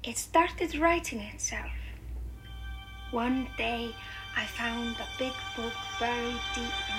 it started writing itself. One day I found a big book buried deep in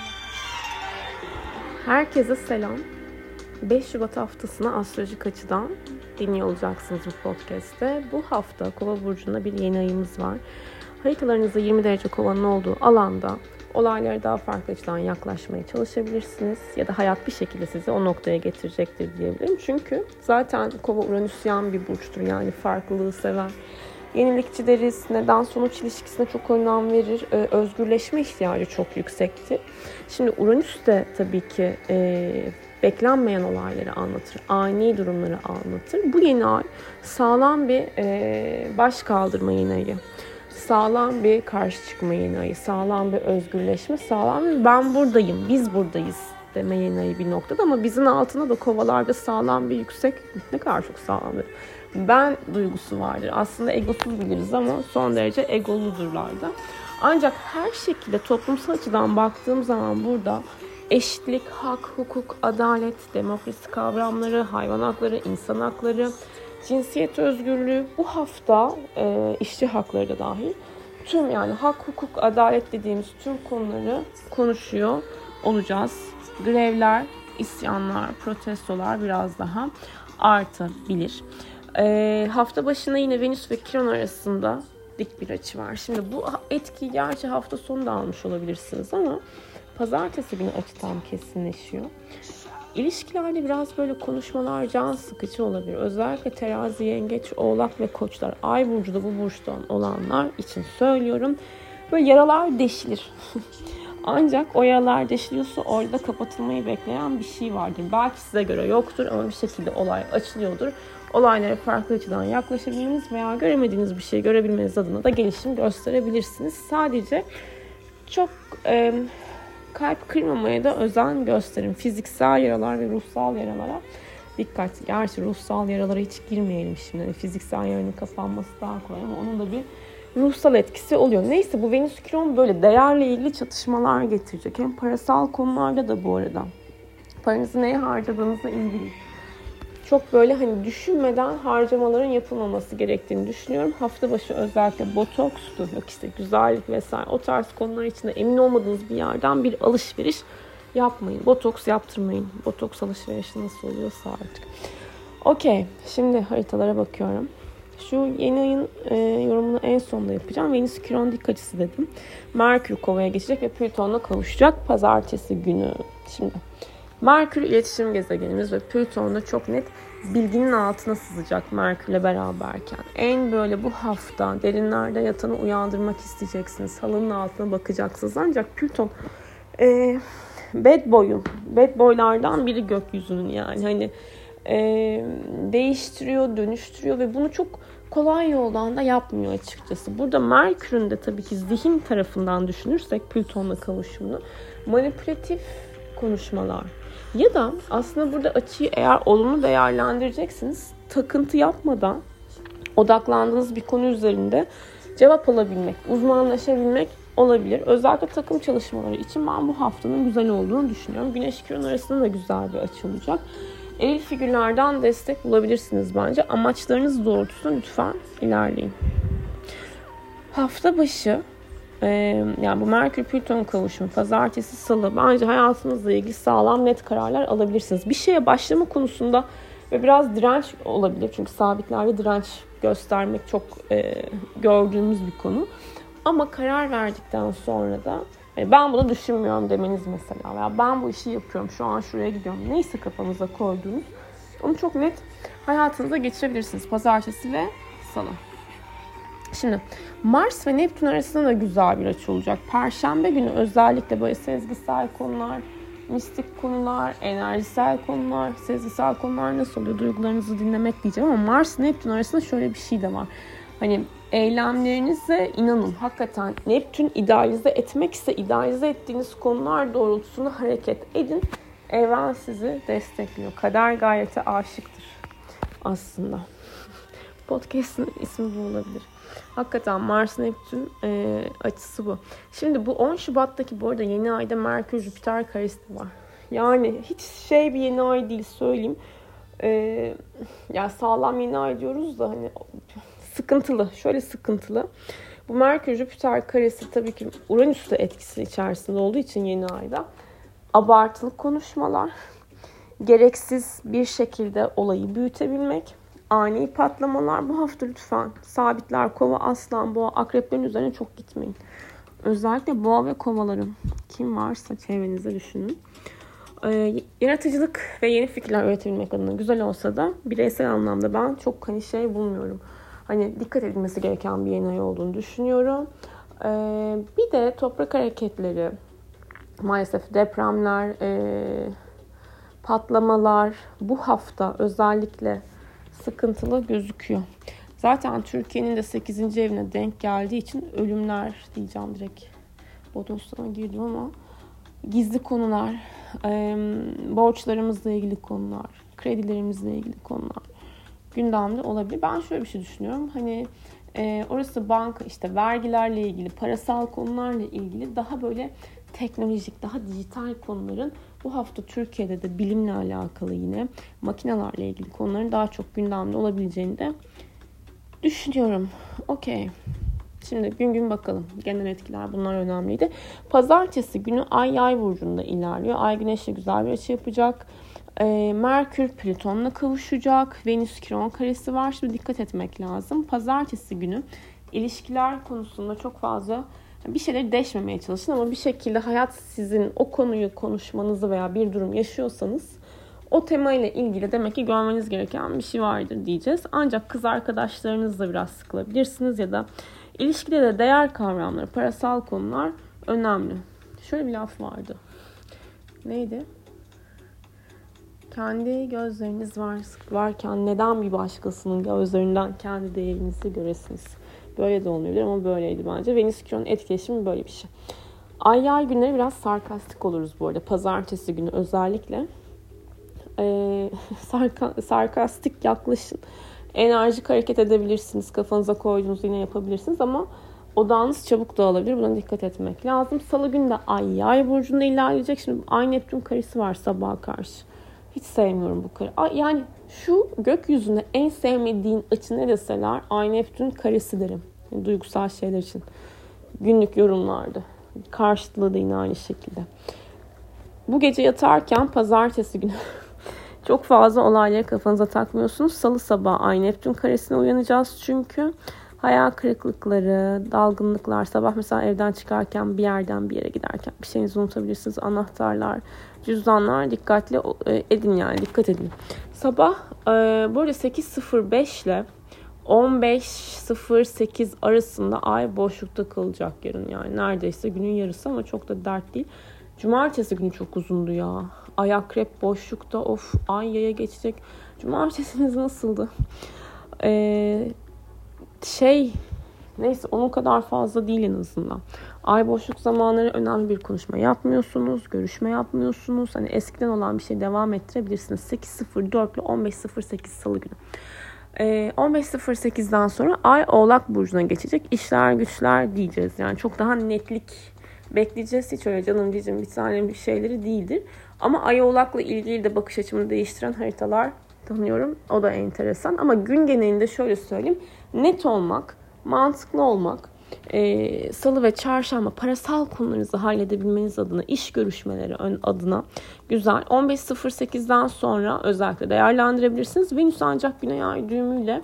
the... Herkese selam. 5 Şubat haftasını astrolojik açıdan dinliyor olacaksınız bu podcast'te. Bu hafta Kova burcunda bir yeni ayımız var. Haritalarınızda 20 derece Kova'nın olduğu alanda olaylara daha farklı açıdan yaklaşmaya çalışabilirsiniz. Ya da hayat bir şekilde sizi o noktaya getirecektir diyebilirim. Çünkü zaten Kova Uranüsyen bir burçtur. Yani farklılığı sever. Yenilikçi deriz. Neden sonuç ilişkisine çok önem verir. Özgürleşme ihtiyacı çok yüksektir. Şimdi Uranüs de tabii ki beklenmeyen olayları anlatır. Ani durumları anlatır. Bu yeni ay sağlam bir baş kaldırma yeni ayı. Sağlam bir karşı çıkma yeni ayı. Sağlam bir özgürleşme. Sağlam bir ben buradayım, biz buradayız deme yeni ayı bir noktada. Ama bizim altında da kovalarda sağlam bir yüksek, ne kadar çok sağlamdır. Ben duygusu vardır. Aslında egosuz biliriz ama son derece egoludurlar da. Ancak her şekilde toplumsal açıdan baktığım zaman burada eşitlik, hak, hukuk, adalet, demokrasi kavramları, hayvan hakları, insan hakları, cinsiyet özgürlüğü, bu hafta işçi hakları da dahil tüm yani hak, hukuk, adalet dediğimiz tüm konuları konuşuyor olacağız. Grevler, isyanlar, protestolar biraz daha artabilir. Hafta başına yine Venüs ve Kiron arasında dik bir açı var. Şimdi bu etkiyi gerçi hafta sonu da almış olabilirsiniz ama pazartesi günü açı tam kesinleşiyor. İlişkilerde biraz böyle konuşmalar can sıkıcı olabilir. Özellikle terazi, yengeç, oğlak ve koçlar. Ay burcu da bu burçtan olanlar için söylüyorum. Böyle yaralar deşilir. Ancak o yaralar deşiliyorsa orada kapatılmayı bekleyen bir şey vardır. Belki size göre yoktur ama bir şekilde olay açılıyordur. Olaylara farklı açıdan yaklaşabilmeniz veya göremediğiniz bir şeyi görebilmeniz adına da gelişim gösterebilirsiniz. Sadece çok kalp kırmamaya da özen gösterin. Fiziksel yaralar ve ruhsal yaralara dikkat. Gerçi ruhsal yaralara hiç girmeyelim şimdi. Yani fiziksel yaranın kapanması daha kolay ama onun da bir ruhsal etkisi oluyor. Neyse bu Venüs Kiron böyle değerle ilgili çatışmalar getirecek. Hem parasal konularda da bu arada. Paranızı neye harcadığınızla ilgili. Çok böyle hani düşünmeden harcamaların yapılmaması gerektiğini düşünüyorum. Hafta başı özellikle botokstu, yok işte güzellik vesaire o tarz konular içinde emin olmadığınız bir yerden bir alışveriş yapmayın. Botoks yaptırmayın. Botoks alışverişi nasıl oluyorsa artık. Okey. Şimdi haritalara bakıyorum. Şu yeni ayın yorumunu en sonunda yapacağım. Venüs Kiron dik açısı dedim. Merkür Kova'ya geçecek ve Plüton'la kavuşacak pazartesi günü. Şimdi Merkür iletişim gezegenimiz ve Plüton'da çok net bilginin altına sızacak Merkür'le beraberken. En böyle bu hafta derinlerde yatanı uyandırmak isteyeceksiniz. Halının altına bakacaksınız. Ancak Plüton bad boylardan biri gökyüzünün yani. Hani değiştiriyor, dönüştürüyor ve bunu çok kolay yoldan da yapmıyor açıkçası. Burada Merkür'ün de tabii ki zihin tarafından düşünürsek Plüton'la kavuşumunu manipülatif konuşmalar ya da aslında burada açıyı eğer olumlu değerlendireceksiniz, takıntı yapmadan odaklandığınız bir konu üzerinde cevap alabilmek, uzmanlaşabilmek olabilir. Özellikle takım çalışmaları için ben bu haftanın güzel olduğunu düşünüyorum. Güneş Kiron arasında da güzel bir açı olacak. Eril figürlerden destek bulabilirsiniz bence. Amaçlarınız doğrultusunda lütfen ilerleyin. Hafta başı yani bu Merkür Plüton kavuşumu pazartesi salı bence hayatınızla ilgili sağlam net kararlar alabilirsiniz. Bir şeye başlama konusunda ve biraz direnç olabilir. Çünkü sabitlerde direnç göstermek çok gördüğümüz bir konu. Ama karar verdikten sonra da ben bunu düşünmüyorum demeniz mesela. Veya ben bu işi yapıyorum. Şu an şuraya gidiyorum. Neyse kafanıza koyduğunuz. Onu çok net hayatınıza geçirebilirsiniz. Pazartesi ve salı. Şimdi Mars ve Neptün arasında da güzel bir açı olacak. Perşembe günü özellikle böyle sezgisel konular, mistik konular, enerjisel konular, sezgisel konular nasıl oluyor? Duygularınızı dinlemek diyeceğim ama Mars Neptün arasında şöyle bir şey de var. Hani eylemlerinize inanın. Hakikaten Neptün idealize etmekse idealize ettiğiniz konular doğrultusunda hareket edin. Evren sizi destekliyor. Kader gayrete aşıktır aslında. Podcast'ın ismi bu olabilir. Hakikaten Mars Neptün açısı bu. Şimdi bu 10 Şubat'taki bu arada yeni ayda Merkür Jüpiter karesi var. Yani hiç bir yeni ay değil söyleyeyim. Ya sağlam yeni ay diyoruz da hani sıkıntılı. Şöyle sıkıntılı. Bu Merkür-Jüpiter karesi tabii ki Uranüs'te etkisi içerisinde olduğu için yeni ayda abartılı konuşmalar, gereksiz bir şekilde olayı büyütebilmek, ani patlamalar. Bu hafta lütfen sabitler, kova, aslan, boğa, akreplerin üzerine çok gitmeyin. Özellikle boğa ve kovaların kim varsa çevrenizde düşünün. Yaratıcılık ve yeni fikirler üretebilmek adına güzel olsa da bireysel anlamda ben çok bulmuyorum. Hani dikkat edilmesi gereken bir yeni ay olduğunu düşünüyorum. Bir de toprak hareketleri, maalesef depremler, patlamalar bu hafta özellikle sıkıntılı gözüküyor. Zaten Türkiye'nin de 8. evine denk geldiği için ölümler diyeceğim, direkt bodoslama girdim ama gizli konular, borçlarımızla ilgili konular, kredilerimizle ilgili konular gündemde olabilir. Ben şöyle bir şey düşünüyorum. Hani orası banka, işte vergilerle ilgili, parasal konularla ilgili daha böyle teknolojik, daha dijital konuların bu hafta Türkiye'de de bilimle alakalı, yine makinelerle ilgili konuların daha çok gündemde olabileceğini de düşünüyorum. Okey. Şimdi gün bakalım. Genel etkiler bunlar önemliydi. Pazartesi günü Ay Yay burcunda ilerliyor. Ay Güneş'le güzel bir açı yapacak. Merkür Plüton'la kavuşacak. Venüs Kiron karesi var. Şimdi dikkat etmek lazım. Pazartesi günü ilişkiler konusunda çok fazla bir şeyleri deşmemeye çalışın ama bir şekilde hayat sizin o konuyu konuşmanızı veya bir durum yaşıyorsanız o temayla ilgili demek ki görmeniz gereken bir şey vardır diyeceğiz. Ancak kız arkadaşlarınızla biraz sıkılabilirsiniz ya da ilişkide de değer kavramları, parasal konular önemli. Şöyle bir laf vardı. Neydi? Kendi gözleriniz varken neden bir başkasının gözlerinden kendi değerinizi göresiniz? Böyle de olmayabilir ama böyleydi bence. Venüs Kiron etkileşimi böyle bir şey. Ay Yay günleri biraz sarkastik oluruz bu arada. Pazartesi günü özellikle. Sarkastik yaklaşın. Enerjik hareket edebilirsiniz. Kafanıza koyduğunuzu yine yapabilirsiniz ama odağınız çabuk dağılabilir. Buna dikkat etmek lazım. Salı günü de Ay Yay burcunda ilerleyecek. Şimdi Ay Neptün karesi var sabaha karşı. Hiç sevmiyorum bu kare. Yani şu gökyüzünde en sevmediğin açı ne deseler Ay Neptün karesi derim. Yani duygusal şeyler için. Günlük yorumlarda. Karşılığı da yine aynı şekilde. Bu gece yatarken pazartesi günü çok fazla olayları kafanıza takmıyorsunuz. Salı sabahı Ay Neptün karesine uyanacağız çünkü. Hayal kırıklıkları, dalgınlıklar, sabah mesela evden çıkarken bir yerden bir yere giderken bir şeyinizi unutabilirsiniz. Anahtarlar, cüzdanlar dikkatli edin, yani dikkat edin. Sabah böyle 8.05 ile 15.08 arasında Ay boşlukta kalacak yarın, yani neredeyse günün yarısı ama çok da dert değil. Cumartesi günü çok uzundu ya. Ay Akrep boşlukta, of, Ay Yay'a geçecek. Cumartesiniz nasıldı? Neyse onun kadar fazla değil en azından. Ay boşluk zamanları önemli bir konuşma yapmıyorsunuz, görüşme yapmıyorsunuz. Hani eskiden olan bir şey devam ettirebilirsiniz. 8.04 ile 15.08 Salı günü. 15.08'den sonra Ay Oğlak burcuna geçecek. İşler güçler diyeceğiz. Yani çok daha netlik bekleyeceğiz. Hiç öyle canım diyeceğim bir tane bir şeyleri değildir. Ama Ay Oğlak'la ilgili de bakış açımı değiştiren haritalar tanıyorum. O da enteresan. Ama gün genelinde şöyle söyleyeyim. Net olmak, mantıklı olmak, salı ve çarşamba parasal konularınızı halledebilmeniz adına, iş görüşmeleri adına güzel. 15.08'den sonra özellikle değerlendirebilirsiniz. Venüs ancak Güney Ay düğümüyle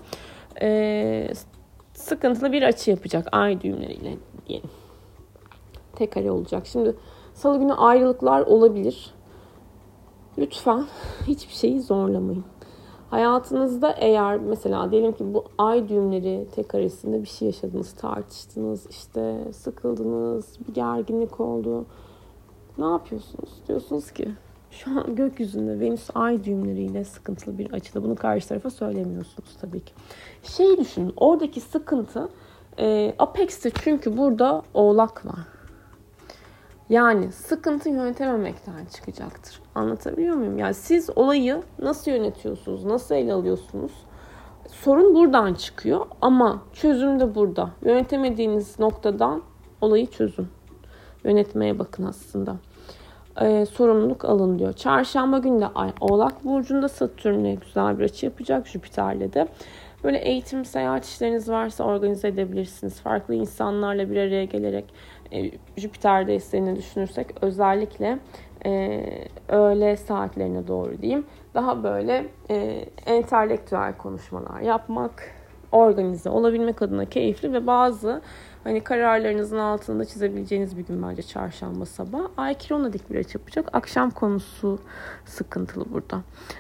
sıkıntılı bir açı yapacak. Ay düğümleriyle diyelim. Tek kare olacak. Şimdi salı günü ayrılıklar olabilir. Lütfen hiçbir şeyi zorlamayın. Hayatınızda eğer mesela diyelim ki bu ay düğümleri tek karesinde bir şey yaşadınız, tartıştınız, işte sıkıldınız, bir gerginlik oldu. Ne yapıyorsunuz? Diyorsunuz ki şu an gökyüzünde Venüs ay düğümleriyle sıkıntılı bir açıda. Bunu karşı tarafa söylemiyorsunuz tabii ki. Düşünün, oradaki sıkıntı Apex'te, çünkü burada Oğlak var. Yani sıkıntı yönetememekten çıkacaktır. Anlatabiliyor muyum? Yani siz olayı nasıl yönetiyorsunuz, nasıl ele alıyorsunuz? Sorun buradan çıkıyor ama çözüm de burada. Yönetemediğiniz noktadan olayı çözün. Yönetmeye bakın aslında. sorumluluk alın diyor. Çarşamba günü de Ay Oğlak Burcu'nda, Satürn'e güzel bir açı yapacak, Jüpiter'le de. Böyle eğitim, seyahat işleriniz varsa organize edebilirsiniz. Farklı insanlarla bir araya gelerek, Jüpiter desteğini düşünürsek özellikle öğle saatlerine doğru diyeyim. Daha böyle entelektüel konuşmalar yapmak, organize olabilmek adına keyifli ve bazı hani kararlarınızın altında çizebileceğiniz bir gün bence çarşamba sabah. Ay Kiron'la dik bir açı yapacak. Akşam konusu sıkıntılı burada.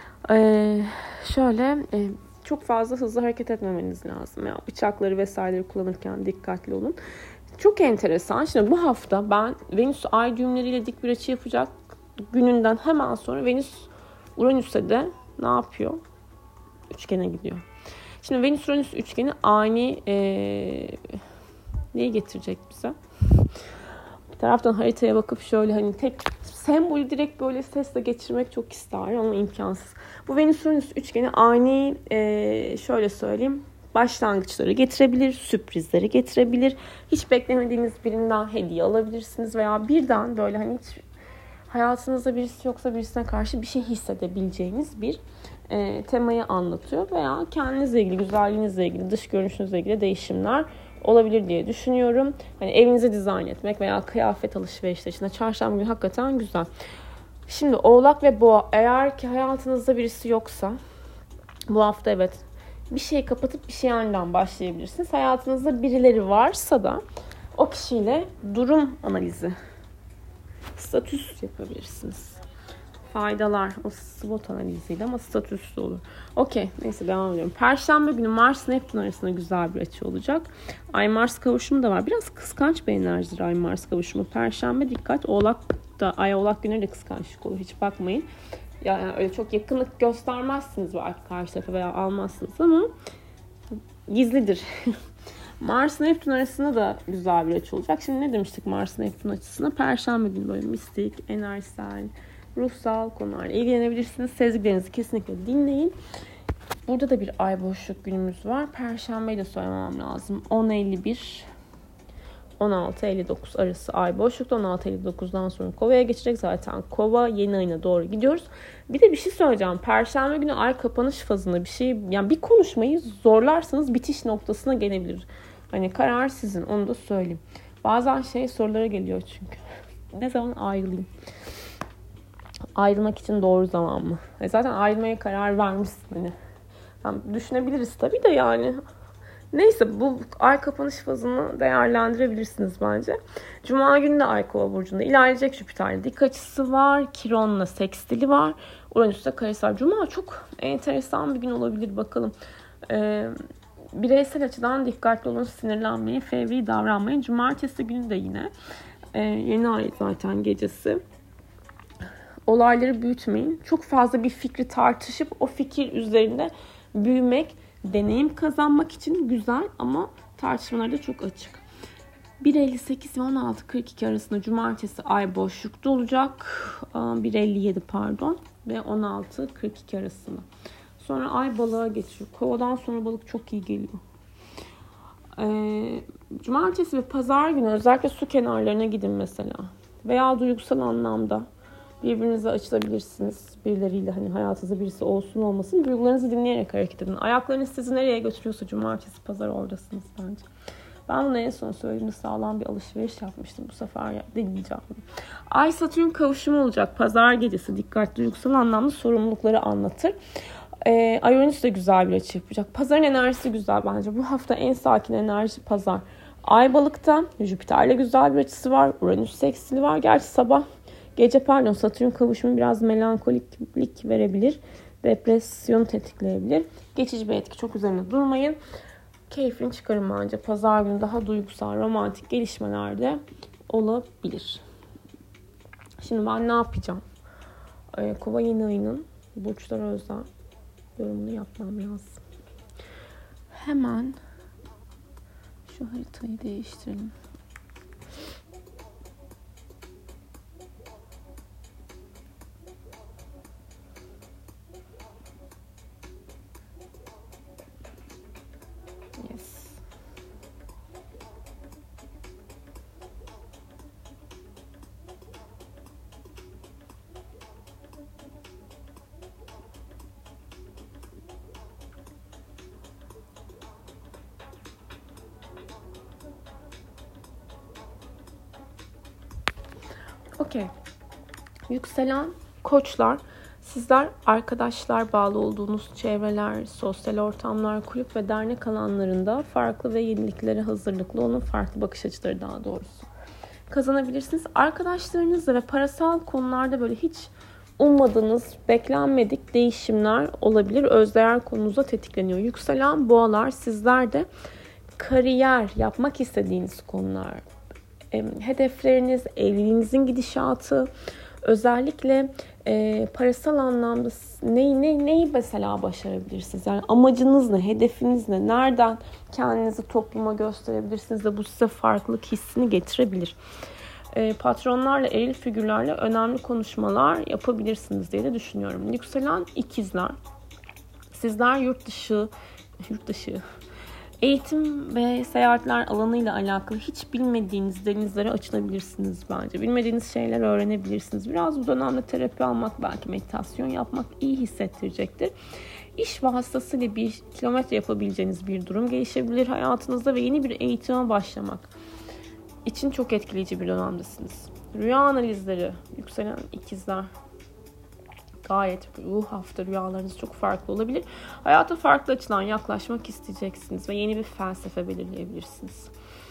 Çok fazla hızlı hareket etmemeniz lazım. Yani bıçakları vesaireleri kullanırken dikkatli olun. Çok enteresan. Şimdi bu hafta ben Venüs Ay düğümleriyle dik bir açı yapacak gününden hemen sonra Venüs Uranüs'e de ne yapıyor? Üçgene gidiyor. Şimdi Venüs-Uranüs üçgeni ani neyi getirecek bize? Bir taraftan haritaya bakıp şöyle hani tek sembolü direkt böyle sesle geçirmek çok isterim ama imkansız. Bu Venüs-Uranüs üçgeni ani şöyle söyleyeyim, başlangıçları getirebilir, sürprizleri getirebilir. Hiç beklemediğiniz birinden hediye alabilirsiniz veya birden böyle hani hiç hayatınızda birisi yoksa birisine karşı bir şey hissedebileceğiniz bir temayı anlatıyor. Veya kendinizle ilgili, güzelliğinizle ilgili, dış görünüşünüzle ilgili değişimler olabilir diye düşünüyorum. Hani evinizi dizayn etmek veya kıyafet alışverişleri için çarşamba günü hakikaten güzel. Şimdi Oğlak ve Boğa, eğer ki hayatınızda birisi yoksa bu hafta evet bir şey kapatıp bir şey yeniden başlayabilirsiniz. Hayatınızda birileri varsa da o kişiyle durum analizi, statüs yapabilirsiniz. Faydalar, o SWOT analiziyle ama statüsü olur. Okey, neyse devam ediyorum. Perşembe günü Mars Neptün arasında güzel bir açı olacak. Ay Mars kavuşumu da var. Biraz kıskanç bir enerjidir Ay Mars kavuşumu. Perşembe dikkat, Oğlak'ta Ay Oğlak günleri de kıskançlık olur. Hiç bakmayın. Yani öyle çok yakınlık göstermezsiniz belki karşı tarafa veya almazsınız ama gizlidir. Mars Neptün arasında da güzel bir açı olacak. Şimdi ne demiştik Mars Neptün açısına? Perşembe günü böyle mistik, enerjisel, ruhsal konularla ilgilenebilirsiniz. Sezgilerinizi kesinlikle dinleyin. Burada da bir ay boşluk günümüz var. Perşembeyi de söylemem lazım. 10.51 16.59 arası ay boşlukta. 16.59'dan sonra Kova'ya geçecek. Zaten Kova yeni ayına doğru gidiyoruz. Bir de bir şey söyleyeceğim. Perşembe günü ay kapanış fazında bir şey, yani bir konuşmayı zorlarsanız bitiş noktasına gelebilir. Hani karar sizin, onu da söyleyeyim. Bazen sorulara geliyor çünkü. Ne zaman ayrılayım? Ayrılmak için doğru zaman mı? Zaten ayrılmaya karar vermişsin hani. Yani düşünebiliriz tabii de yani. Neyse, bu ay kapanış fazını değerlendirebilirsiniz bence. Cuma günü de Ay Kova burcunda ilerleyecek, Jüpiter'le dik açısı var. Kiron'la sekstili var. Uranüs'te karesi var. Cuma çok enteresan bir gün olabilir, bakalım. Bireysel açıdan dikkatli olun, sinirlenmeyin, fevri davranmayın. Cumartesi günü de yine yeni ay zaten gecesi. Olayları büyütmeyin. Çok fazla bir fikri tartışıp o fikir üzerinde büyümek, deneyim kazanmak için güzel ama tartışmalarda çok açık. 1.58 ve 16.42 arasında cumartesi ay boşlukta olacak. 1.57 pardon ve 16.42 arasında. Sonra ay balığa geçiyor. Kovadan sonra balık çok iyi geliyor. Cumartesi ve pazar günü özellikle su kenarlarına gidin mesela. Veya duygusal anlamda birbirinize açılabilirsiniz. Birileriyle, hani hayatınızda birisi olsun olmasın, duygularınızı dinleyerek hareket edin. Ayaklarınız sizi nereye götürüyorsa cumartesi pazar oradasınız bence. Ben bunu en son söylediğimde sağlam bir alışveriş yapmıştım. Bu sefer deneyeceğim. Ay Satürn kavuşumu olacak pazar gecesi. Dikkat, duygusal anlamda sorumlulukları anlatır. Ay Uranüs de güzel bir açı yapacak. Pazarın enerjisi güzel bence. Bu hafta en sakin enerji pazar. Ay Balık'ta Jüpiter'le güzel bir açısı var. Uranüs sekstili var. Gerçi Satürn kavuşumu biraz melankoliklik verebilir. Depresyon tetikleyebilir. Geçici bir etki, çok üzerine durmayın. Keyfini çıkarın bence. Pazar günü daha duygusal, romantik gelişmeler de olabilir. Şimdi ben ne yapacağım? Kova yeni ayının burçlara özel yorumunu yapmam lazım. Hemen şu haritayı değiştirelim. Okey. Yükselen koçlar, sizler arkadaşlar, bağlı olduğunuz çevreler, sosyal ortamlar, kulüp ve dernek alanlarında farklı ve yeniliklere hazırlıklı olun. Farklı bakış açıları daha doğrusu kazanabilirsiniz. Arkadaşlarınızla ve parasal konularda böyle hiç ummadığınız, beklenmedik değişimler olabilir. Özdeğer konunuza tetikleniyor. Yükselen boğalar, sizler de kariyer, yapmak istediğiniz konular, hedefleriniz, evliliğinizin gidişatı, özellikle parasal anlamda neyi mesela başarabilirsiniz? Yani amacınız ne, hedefiniz ne, nereden kendinizi topluma gösterebilirsiniz de bu size farklılık hissini getirebilir. Patronlarla, eril figürlerle önemli konuşmalar yapabilirsiniz diye de düşünüyorum. Yükselen ikizler, sizler yurt dışı eğitim ve seyahatler alanıyla alakalı hiç bilmediğiniz denizlere açılabilirsiniz bence. Bilmediğiniz şeyler öğrenebilirsiniz. Biraz bu dönemde terapi almak, belki meditasyon yapmak iyi hissettirecektir. İş vasıtasıyla bir kilometre yapabileceğiniz bir durum gelişebilir hayatınızda ve yeni bir eğitime başlamak için çok etkileyici bir dönemdesiniz. Rüya analizleri, yükselen ikizler. Gayet bu hafta rüyalarınız çok farklı olabilir. Hayata farklı açıdan yaklaşmak isteyeceksiniz ve yeni bir felsefe belirleyebilirsiniz.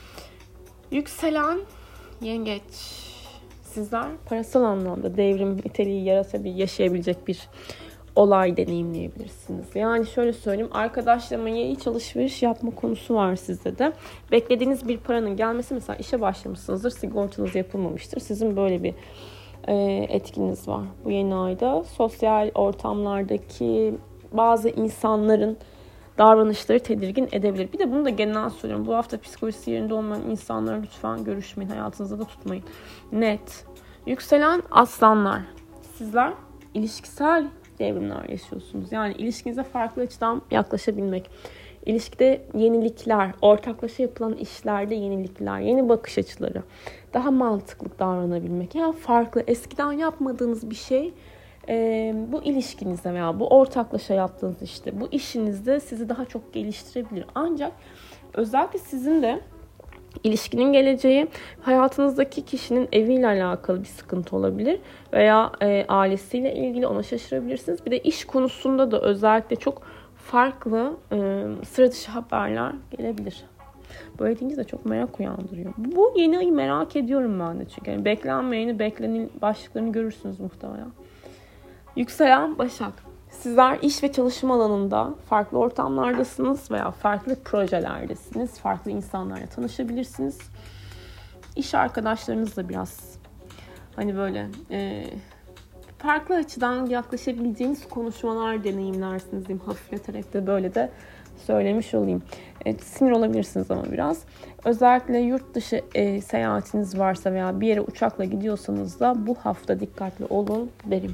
Yükselen yengeç. Sizler parasal anlamda devrim niteliği yaşayabilecek bir olay deneyimleyebilirsiniz. Yani şöyle söyleyeyim, arkadaşlarıma hiç alışveriş yapma konusu var sizde de. Beklediğiniz bir paranın gelmesi, mesela işe başlamışsınızdır, sigortanız yapılmamıştır. Sizin böyle bir etkiniz var bu yeni ayda. Sosyal ortamlardaki bazı insanların davranışları tedirgin edebilir. Bir de bunu da genel söylüyorum. Bu hafta psikolojisi yerinde olmayan insanlara lütfen görüşmeyin. Hayatınızda da tutmayın. Net. Yükselen aslanlar. Sizler ilişkisel devrimler yaşıyorsunuz. Yani ilişkinize farklı açıdan yaklaşabilmek. İlişkide yenilikler, ortaklaşa yapılan işlerde yenilikler, yeni bakış açıları, daha mantıklı davranabilmek. Yani farklı, eskiden yapmadığınız bir şey bu ilişkinizde veya bu ortaklaşa yaptığınız işte bu işinizde sizi daha çok geliştirebilir. Ancak özellikle sizin de İlişkinin geleceği, hayatınızdaki kişinin eviyle alakalı bir sıkıntı olabilir veya ailesiyle ilgili, ona şaşırabilirsiniz. Bir de iş konusunda da özellikle çok farklı sıra dışı haberler gelebilir. Böyle deyince de çok merak uyandırıyor. Bu yeni ayı merak ediyorum ben de çünkü. Yani beklenmeyeni, beklenin başlıklarını görürsünüz muhtemelen. Yükselen Başak. Sizler iş ve çalışma alanında farklı ortamlardasınız veya farklı projelerdesiniz. Farklı insanlarla tanışabilirsiniz. İş arkadaşlarınızla biraz hani böyle farklı açıdan yaklaşabileceğiniz konuşmalar deneyimlersiniz diyeyim. Hafifleterek de böyle de söylemiş olayım. Sinir olabilirsiniz ama biraz. Özellikle yurt dışı seyahatiniz varsa veya bir yere uçakla gidiyorsanız da bu hafta dikkatli olun derim.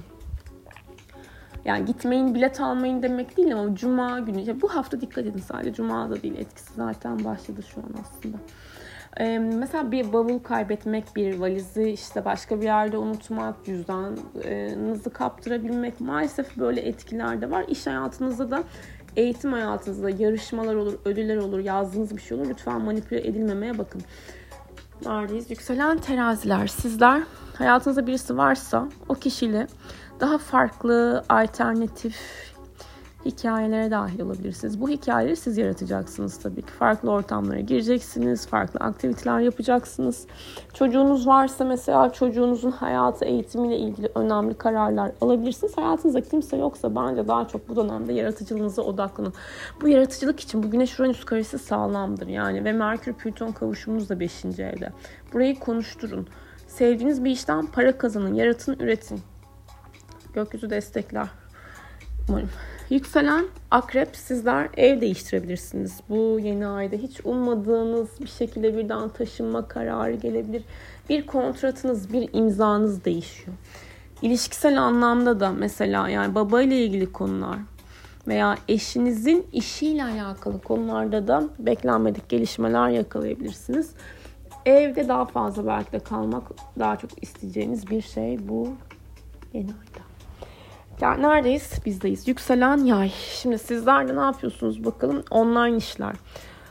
Yani gitmeyin, bilet almayın demek değil ama Cuma günü, bu hafta dikkat edin, sadece Cuma da değil, etkisi zaten başladı şu an aslında. Mesela bir bavul kaybetmek, bir valizi işte başka bir yerde unutmak, cüzdanınızı kaptırabilmek, maalesef böyle etkiler de var. İş hayatınızda da, eğitim hayatınızda yarışmalar olur, ödüller olur, yazdığınız bir şey olur. Lütfen manipüle edilmemeye bakın. Neredeyiz? Yükselen teraziler. Sizler hayatınızda birisi varsa o kişiyle daha farklı, alternatif hikayelere dahil olabilirsiniz. Bu hikayeleri siz yaratacaksınız tabii ki. Farklı ortamlara gireceksiniz, farklı aktiviteler yapacaksınız. Çocuğunuz varsa mesela çocuğunuzun hayatı, eğitimiyle ilgili önemli kararlar alabilirsiniz. Hayatınızda kimse yoksa bence daha çok bu dönemde yaratıcılığınıza odaklanın. Bu yaratıcılık için bu Güneş-Uranüs karesi sağlamdır yani ve Merkür-Plüton kavuşumunuz da 5. evde. Burayı konuşturun. Sevdiğiniz bir işten para kazanın, yaratın, üretin. Gökyüzü destekler. Umarım. Yükselen Akrep, sizler ev değiştirebilirsiniz. Bu yeni ayda hiç ummadığınız bir şekilde birden taşınma kararı gelebilir. Bir kontratınız, bir imzanız değişiyor. İlişkisel anlamda da mesela yani babayla ilgili konular veya eşinizin işiyle alakalı konularda da beklenmedik gelişmeler yakalayabilirsiniz. Evde daha fazla belki de kalmak daha çok isteyeceğiniz bir şey bu yeni ayda. Yani neredeyiz? Bizdeyiz. Yükselen Yay. Şimdi sizler de ne yapıyorsunuz bakalım? Online işler.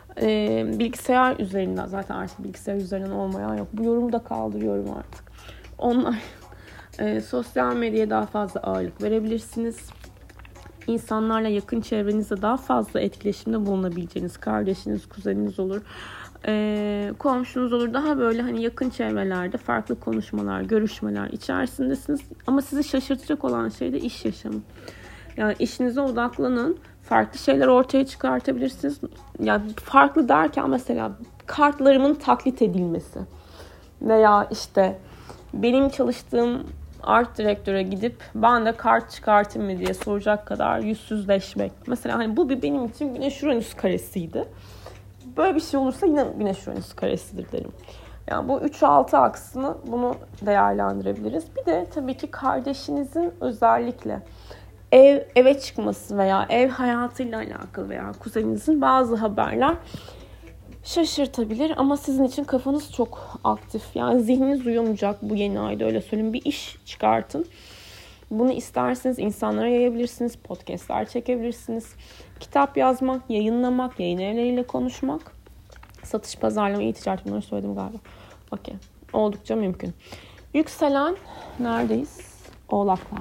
Bilgisayar üzerinden, zaten artık bilgisayar üzerinden olmayan yok. Bu yorumu da kaldırıyorum artık. Online, sosyal medyaya daha fazla ağırlık verebilirsiniz. İnsanlarla, yakın çevrenizde daha fazla etkileşimde bulunabileceğiniz, kardeşiniz, kuzeniniz olur, komşunuz olur. Daha böyle hani yakın çevrelerde farklı konuşmalar, görüşmeler içerisindesiniz. Ama sizi şaşırtacak olan şey de iş yaşamı. Yani işinize odaklanın. Farklı şeyler ortaya çıkartabilirsiniz. Yani farklı derken mesela kartlarımın taklit edilmesi. Veya işte benim çalıştığım art direktöre gidip ben de kart çıkartayım mı diye soracak kadar yüzsüzleşmek. Mesela hani bu benim için Güneş-Uranüs karesiydi. Böyle bir şey olursa yine Güneş-Uranüs karesidir derim. Yani bu 3-6 aksını bunu değerlendirebiliriz. Bir de tabii ki kardeşinizin özellikle eve çıkması veya ev hayatıyla alakalı veya kuzeninizin bazı haberler şaşırtabilir ama sizin için kafanız çok aktif. Yani zihniniz uyumayacak bu yeni ayda, öyle söyleyeyim. Bir iş çıkartın. Bunu isterseniz insanlara yayabilirsiniz. Podcastlar çekebilirsiniz. Kitap yazmak, yayınlamak, yayın evleriyle konuşmak. Satış, pazarlama, e-ticaret, bunları söyledim galiba. Okey. Oldukça mümkün. Yükselen neredeyiz? Oğlaklar.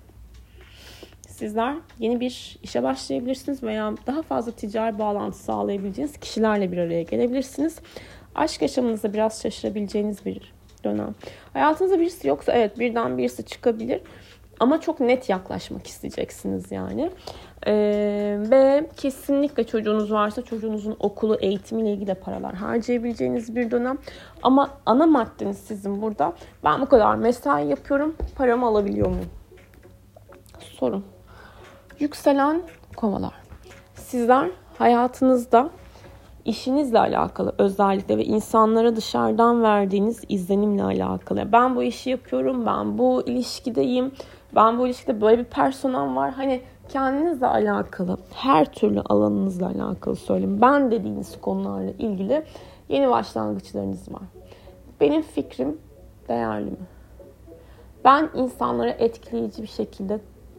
Sizler yeni bir işe başlayabilirsiniz veya daha fazla ticari bağlantı sağlayabileceğiniz kişilerle bir araya gelebilirsiniz. Aşk yaşamınızda biraz şaşırabileceğiniz bir dönem. Hayatınızda birisi yoksa evet, birden birisi çıkabilir. Ama çok net yaklaşmak isteyeceksiniz yani. Ve kesinlikle çocuğunuz varsa çocuğunuzun okulu, eğitimiyle ilgili de paralar harcayabileceğiniz bir dönem. Ama ana maddeniz sizin burada. Ben bu kadar mesai yapıyorum, paramı alabiliyor muyum? Sorun. Yükselen kovalar. Sizler hayatınızda işinizle alakalı özellikle ve insanlara dışarıdan verdiğiniz izlenimle alakalı. Ben bu işi yapıyorum, ben bu ilişkideyim, ben bu ilişkide böyle bir personam var. Hani kendinizle alakalı, her türlü alanınızla alakalı söyleyeyim. Ben dediğiniz konularla ilgili yeni başlangıçlarınız var. Benim fikrim değerli mi? Ben insanlara etkileyici bir şekilde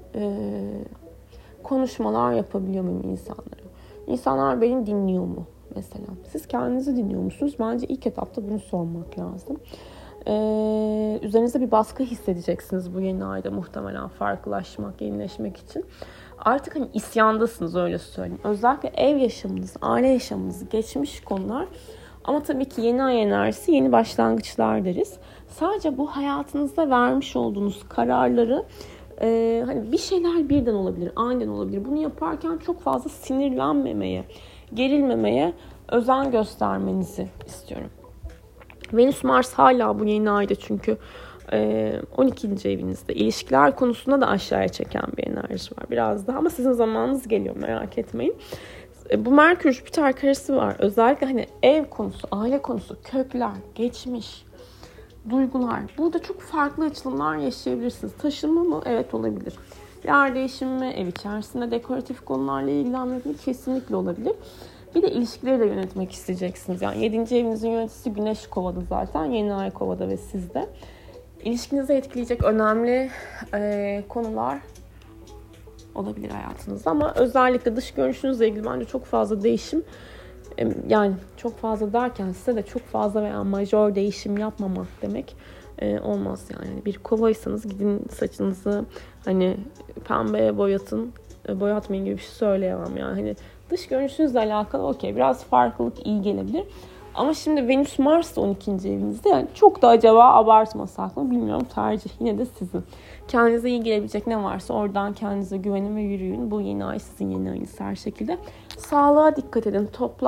konuşmalar yapabiliyor muyum insanlara? İnsanlar beni dinliyor mu mesela? Siz kendinizi dinliyor musunuz? Bence ilk etapta bunu sormak lazım. Üzerinizde bir baskı hissedeceksiniz bu yeni ayda muhtemelen farklılaşmak, yenileşmek için. Artık hani isyandasınız, öyle söyleyeyim. Özellikle ev yaşamınız, aile yaşamınız, geçmiş konular. Ama tabii ki yeni ay enerjisi, yeni başlangıçlar deriz. Sadece bu hayatınızda vermiş olduğunuz kararları hani bir şeyler birden olabilir, aniden olabilir. Bunu yaparken çok fazla sinirlenmemeye, gerilmemeye özen göstermenizi istiyorum. Venüs Mars hala bu yeni ayda çünkü 12. evinizde. İlişkiler konusunda da aşağıya çeken bir enerji var biraz daha, ama sizin zamanınız geliyor, merak etmeyin. Bu Merkür Jüpiter karesi var. Özellikle hani ev konusu, aile konusu, kökler, geçmiş, duygular. Burada çok farklı açılımlar yaşayabilirsiniz. Taşınma mı? Evet, olabilir. Yer değişimi mi? Ev içerisinde dekoratif konularla ilgilenmek mi? Kesinlikle olabilir. Bir de ilişkileri de yönetmek isteyeceksiniz. Yani 7. evinizin yöneticisi Güneş Kova'da zaten. Yeni ay Kova'da ve sizde. İlişkinizi etkileyecek önemli konular olabilir hayatınızda. Ama özellikle dış görünüşünüzle ilgili bence çok fazla değişim, yani çok fazla derken size de çok fazla veya majör değişim yapmamak demek olmaz yani. Bir kovaysanız gidin saçınızı hani pembeye boyatmayın gibi bir şey söyleyemem yani. Hani dış görünüşünüzle alakalı okey, biraz farklılık iyi gelebilir. Ama şimdi Venüs Mars da 12. evinizde, yani çok da acaba abartmasak mı bilmiyorum, tercih yine de sizin. Kendinize iyi gelebilecek ne varsa oradan kendinize güvenin ve yürüyün. Bu yeni ay sizin yeni ayınız her şekilde. Sağlığa dikkat edin.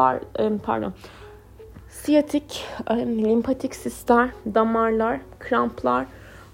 Siyatik, limpatik sistem, damarlar, kramplar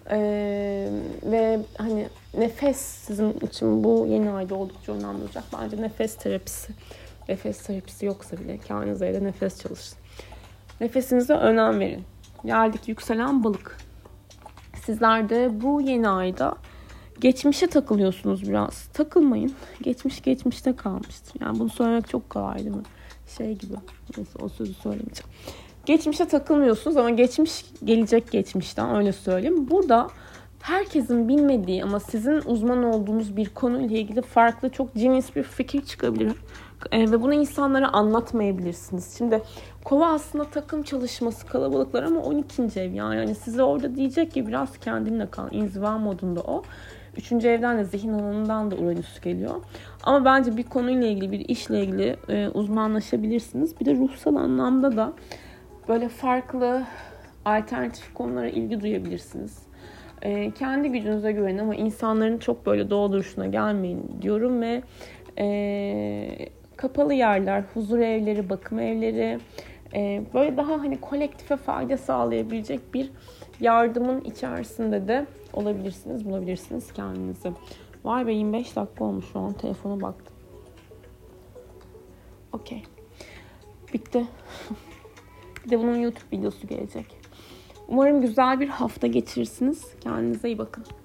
ve hani nefes sizin için bu yeni ayda oldukça önemli olacak. Bence nefes terapisi yoksa bile kendinize evde nefes çalışın. Nefesinize önem verin. Geldik yükselen balık. Sizler de bu yeni ayda geçmişe takılıyorsunuz biraz. Takılmayın. Geçmiş geçmişte kalmıştır. Yani bunu söylemek çok kolay değil mi? Şey gibi. Neyse, o sözü söylemeyeceğim. Geçmişe takılmıyorsunuz ama geçmiş gelecek geçmişten, öyle söyleyeyim. Burada herkesin bilmediği ama sizin uzman olduğunuz bir konuyla ilgili farklı, çok cins bir fikir çıkabilir. Ve bunu insanlara anlatmayabilirsiniz. Şimdi Kova aslında takım çalışması, kalabalıklar ama 12. ev yani size orada diyecek ki biraz kendinle kal. İnziva modunda o. 3. evden de zihin alanından da Uranüs geliyor. Ama bence bir konuyla ilgili, bir işle ilgili uzmanlaşabilirsiniz. Bir de ruhsal anlamda da böyle farklı alternatif konulara ilgi duyabilirsiniz. Kendi gücünüze güvenin ama insanların çok böyle doğa duruşuna gelmeyin diyorum ve kapalı yerler, huzur evleri, bakım evleri, böyle daha hani kolektife fayda sağlayabilecek bir yardımın içerisinde de olabilirsiniz, bulabilirsiniz kendinizi. Vay be 25 dakika olmuş şu an telefona baktım. Okey. Bitti. Bir de bunun YouTube videosu gelecek. Umarım güzel bir hafta geçirirsiniz. Kendinize iyi bakın.